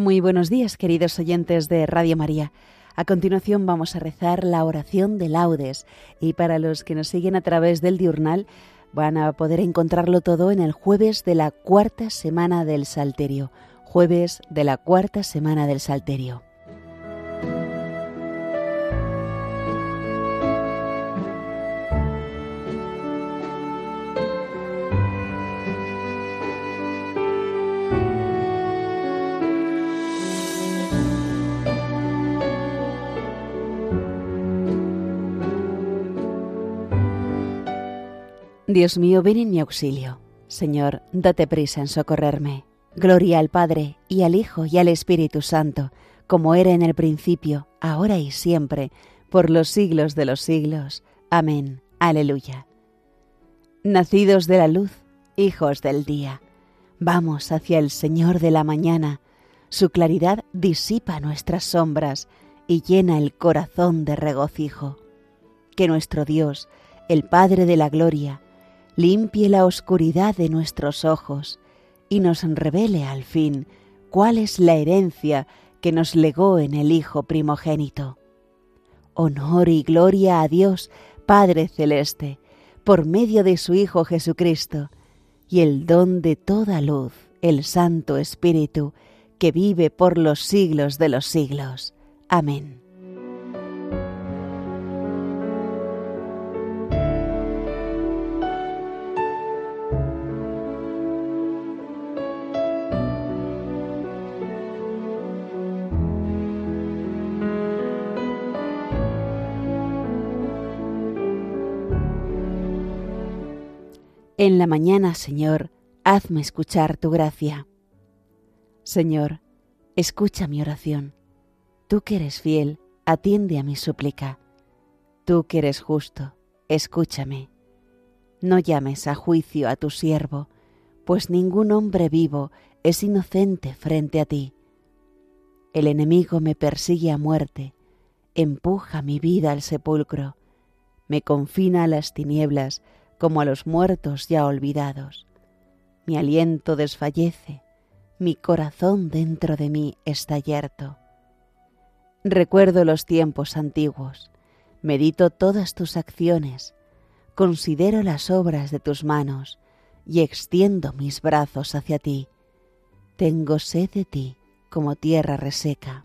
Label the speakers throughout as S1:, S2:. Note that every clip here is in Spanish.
S1: Muy buenos días, queridos oyentes de Radio María. A continuación vamos a rezar la oración de laudes y para los que nos siguen a través del diurnal van a poder encontrarlo todo en el jueves de la cuarta semana del Salterio. Jueves de la cuarta semana del Salterio. Dios mío, ven en mi auxilio. Señor, date prisa en socorrerme. Gloria al Padre, y al Hijo, y al Espíritu Santo, como era en el principio, ahora y siempre, por los siglos de los siglos. Amén. Aleluya. Nacidos de la luz, hijos del día, vamos hacia el Señor de la mañana. Su claridad disipa nuestras sombras y llena el corazón de regocijo. Que nuestro Dios, el Padre de la gloria, limpie la oscuridad de nuestros ojos y nos revele al fin cuál es la herencia que nos legó en el Hijo primogénito. Honor y gloria a Dios, Padre Celeste, por medio de su Hijo Jesucristo, y el don de toda luz, el Santo Espíritu, que vive por los siglos de los siglos. Amén. En la mañana, Señor, hazme escuchar tu gracia. Señor, escucha mi oración. Tú que eres fiel, atiende a mi súplica. Tú que eres justo, escúchame. No llames a juicio a tu siervo, pues ningún hombre vivo es inocente frente a ti. El enemigo me persigue a muerte, empuja mi vida al sepulcro, me confina a las tinieblas, como a los muertos ya olvidados. Mi aliento desfallece, mi corazón dentro de mí está yerto. Recuerdo los tiempos antiguos, medito todas tus acciones, considero las obras de tus manos y extiendo mis brazos hacia ti. Tengo sed de ti como tierra reseca.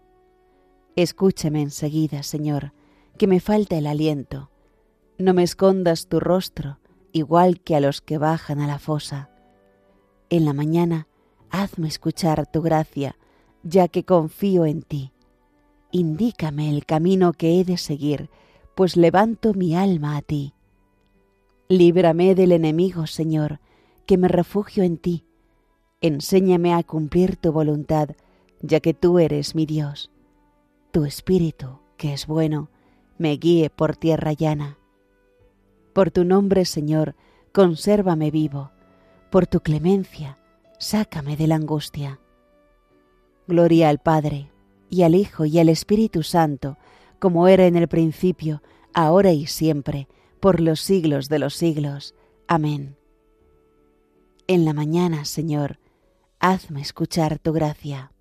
S1: Escúchame enseguida, Señor, que me falta el aliento. No me escondas tu rostro, igual que a los que bajan a la fosa. En la mañana, hazme escuchar tu gracia, ya que confío en ti. Indícame el camino que he de seguir, pues levanto mi alma a ti. Líbrame del enemigo, Señor, que me refugio en ti. Enséñame a cumplir tu voluntad, ya que tú eres mi Dios. Tu Espíritu, que es bueno, me guíe por tierra llana. Por tu nombre, Señor, consérvame vivo. Por tu clemencia, sácame de la angustia. Gloria al Padre, y al Hijo, y al Espíritu Santo, como era en el principio, ahora y siempre, por los siglos de los siglos. Amén. En la mañana, Señor, hazme escuchar tu gracia.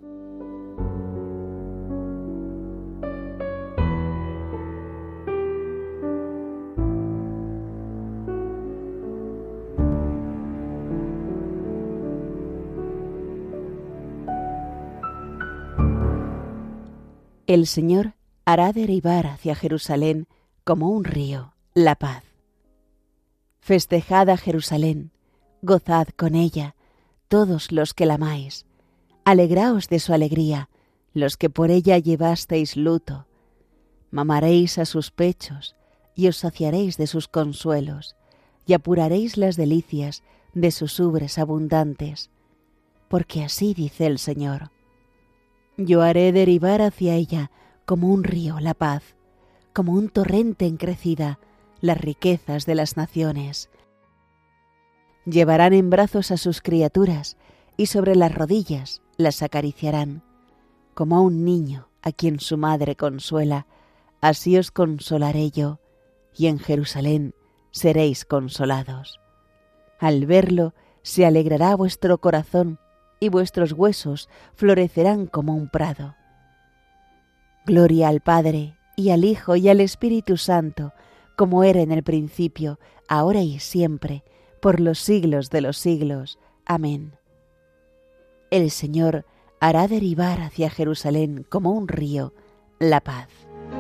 S1: El Señor hará derivar hacia Jerusalén como un río la paz. Festejad a Jerusalén, gozad con ella, todos los que la amáis. Alegraos de su alegría, los que por ella llevasteis luto. Mamaréis a sus pechos y os saciaréis de sus consuelos, y apuraréis las delicias de sus ubres abundantes. Porque así dice el Señor: yo haré derivar hacia ella como un río la paz, como un torrente en crecida, las riquezas de las naciones. Llevarán en brazos a sus criaturas y sobre las rodillas las acariciarán. Como a un niño a quien su madre consuela, así os consolaré yo, y en Jerusalén seréis consolados. Al verlo se alegrará vuestro corazón y vuestros huesos florecerán como un prado. Gloria al Padre, y al Hijo, y al Espíritu Santo, como era en el principio, ahora y siempre, por los siglos de los siglos. Amén. El Señor hará derivar hacia Jerusalén como un río la paz.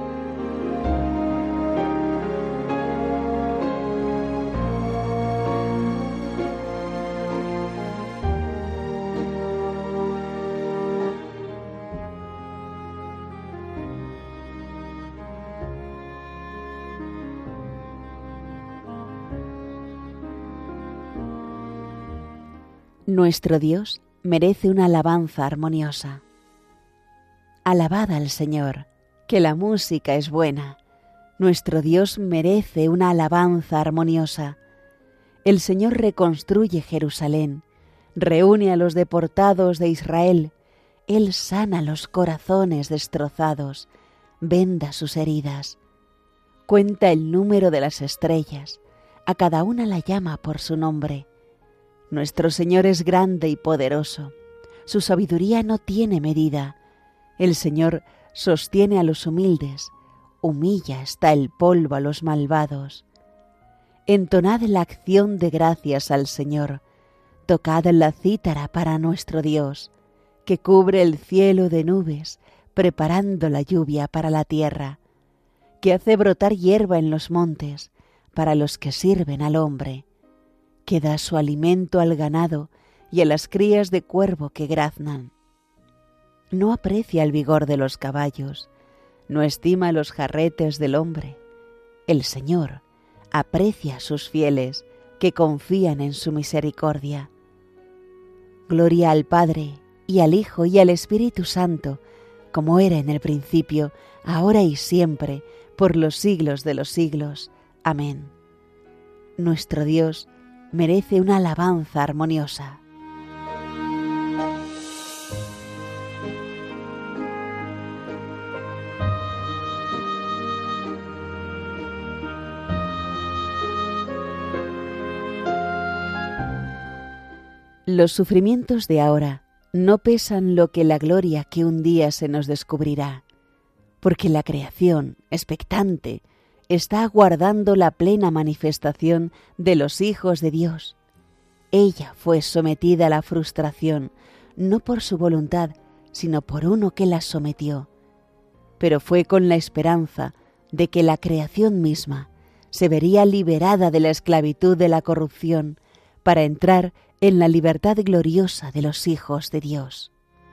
S1: Nuestro Dios merece una alabanza armoniosa. Alabad al Señor, que la música es buena. Nuestro Dios merece una alabanza armoniosa. El Señor reconstruye Jerusalén, reúne a los deportados de Israel. Él sana los corazones destrozados, venda sus heridas. Cuenta el número de las estrellas, a cada una la llama por su nombre. Nuestro Señor es grande y poderoso. Su sabiduría no tiene medida. El Señor sostiene a los humildes, humilla hasta el polvo a los malvados. Entonad la acción de gracias al Señor. Tocad la cítara para nuestro Dios, que cubre el cielo de nubes, preparando la lluvia para la tierra, que hace brotar hierba en los montes para los que sirven al hombre, que da su alimento al ganado y a las crías de cuervo que graznan. No aprecia el vigor de los caballos, no estima los jarretes del hombre. El Señor aprecia a sus fieles que confían en su misericordia. Gloria al Padre, y al Hijo, y al Espíritu Santo, como era en el principio, ahora y siempre, por los siglos de los siglos. Amén. Nuestro Dios merece una alabanza armoniosa. Los sufrimientos de ahora no pesan lo que la gloria que un día se nos descubrirá, porque la creación, expectante, está aguardando la plena manifestación de los hijos de Dios. Ella fue sometida a la frustración, no por su voluntad, sino por uno que la sometió, pero fue con la esperanza de que la creación misma se vería liberada de la esclavitud de la corrupción para entrar en la libertad gloriosa de los hijos de Dios.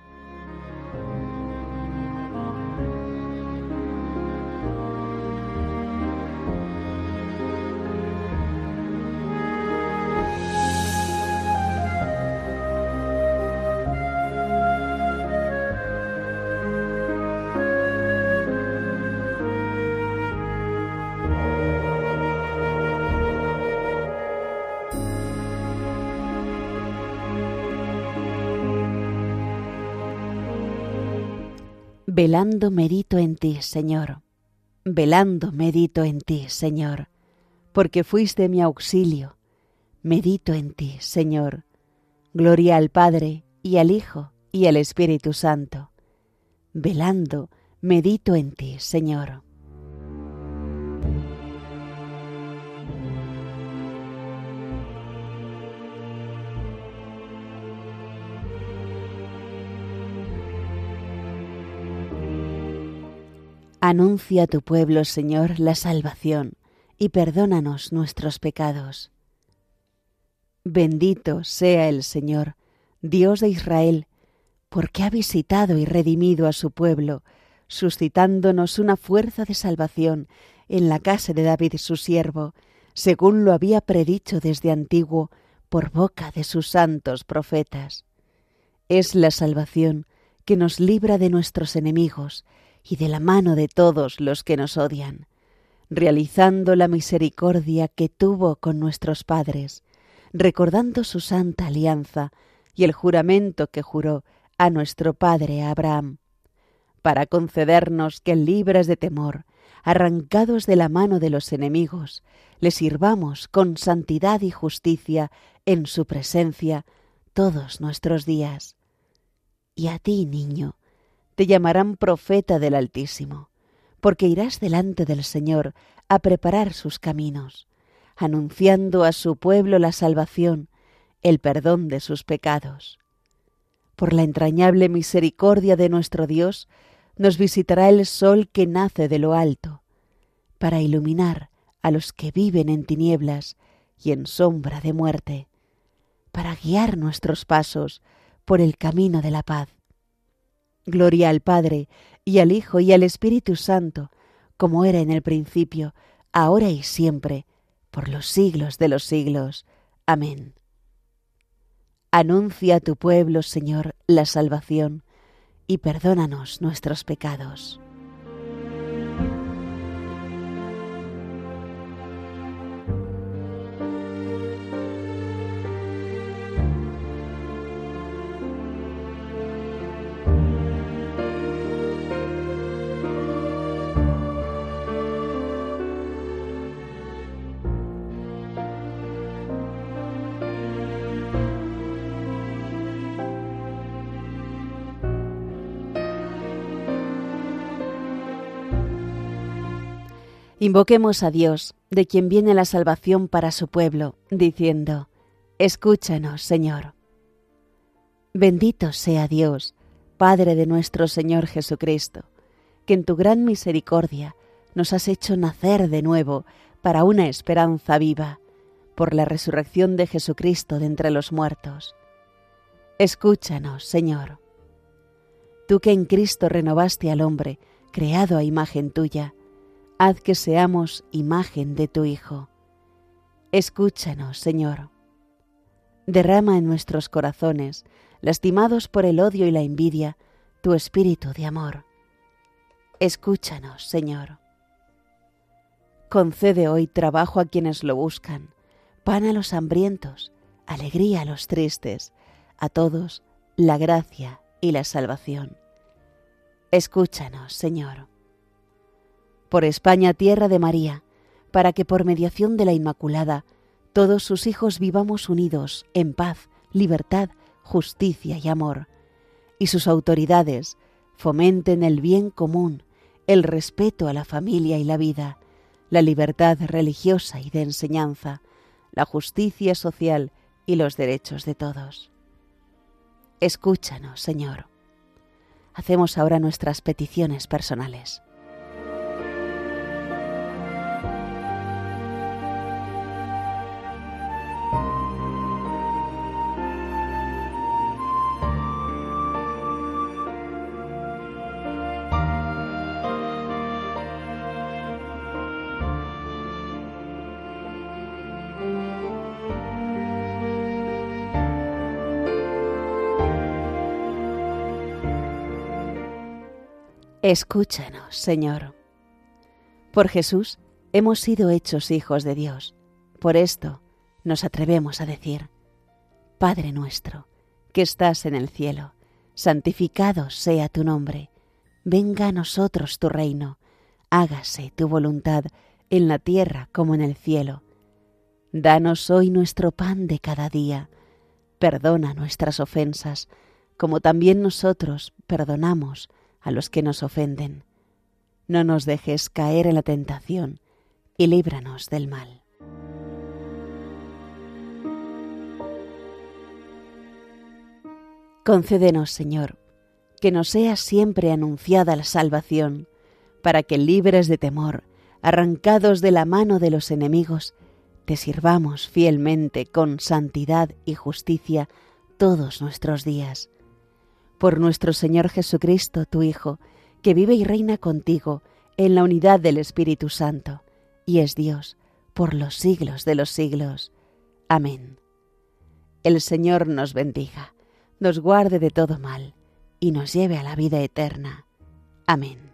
S1: Velando medito en ti, Señor, velando medito en ti, Señor, porque fuiste mi auxilio. Medito en ti, Señor. Gloria al Padre, y al Hijo, y al Espíritu Santo. Velando medito en ti, Señor. Anuncia a tu pueblo, Señor, la salvación, y perdónanos nuestros pecados. Bendito sea el Señor, Dios de Israel, porque ha visitado y redimido a su pueblo, suscitándonos una fuerza de salvación en la casa de David su siervo, según lo había predicho desde antiguo por boca de sus santos profetas. Es la salvación que nos libra de nuestros enemigos y de la mano de todos los que nos odian, realizando la misericordia que tuvo con nuestros padres, recordando su santa alianza y el juramento que juró a nuestro padre Abraham, para concedernos que, libres de temor, arrancados de la mano de los enemigos, le sirvamos con santidad y justicia en su presencia todos nuestros días. y a ti, niño, te llamarán profeta del Altísimo, porque irás delante del Señor a preparar sus caminos, anunciando a su pueblo la salvación, el perdón de sus pecados. Por la entrañable misericordia de nuestro Dios, nos visitará el sol que nace de lo alto, para iluminar a los que viven en tinieblas y en sombra de muerte, para guiar nuestros pasos por el camino de la paz. Gloria al Padre, y al Hijo, y al Espíritu Santo, como era en el principio, ahora y siempre, por los siglos de los siglos. Amén. Anuncia a tu pueblo, Señor, la salvación, y perdónanos nuestros pecados. Invoquemos a Dios, de quien viene la salvación para su pueblo, diciendo: Escúchanos, Señor. Bendito sea Dios, Padre de nuestro Señor Jesucristo, que en tu gran misericordia nos has hecho nacer de nuevo para una esperanza viva, por la resurrección de Jesucristo de entre los muertos. Escúchanos, Señor. Tú que en Cristo renovaste al hombre, creado a imagen tuya, haz que seamos imagen de tu Hijo. Escúchanos, Señor. Derrama en nuestros corazones, lastimados por el odio y la envidia, tu espíritu de amor. Escúchanos, Señor. Concede hoy trabajo a quienes lo buscan, pan a los hambrientos, alegría a los tristes, a todos la gracia y la salvación. Escúchanos, Señor. Por España, tierra de María, para que por mediación de la Inmaculada todos sus hijos vivamos unidos en paz, libertad, justicia y amor, y sus autoridades fomenten el bien común, el respeto a la familia y la vida, la libertad religiosa y de enseñanza, la justicia social y los derechos de todos. Escúchanos, Señor. Hacemos ahora nuestras peticiones personales. Escúchanos, Señor. Por Jesús hemos sido hechos hijos de Dios. Por esto nos atrevemos a decir: Padre nuestro, que estás en el cielo, santificado sea tu nombre. Venga a nosotros tu reino. Hágase tu voluntad en la tierra como en el cielo. Danos hoy nuestro pan de cada día. Perdona nuestras ofensas, como también nosotros perdonamos a los que nos ofenden. No nos dejes caer en la tentación y líbranos del mal. Concédenos, Señor, que nos sea siempre anunciada la salvación, para que, libres de temor, arrancados de la mano de los enemigos, te sirvamos fielmente con santidad y justicia todos nuestros días. Por nuestro Señor Jesucristo, tu Hijo, que vive y reina contigo en la unidad del Espíritu Santo, y es Dios por los siglos de los siglos. Amén. El Señor nos bendiga, nos guarde de todo mal, y nos lleve a la vida eterna. Amén.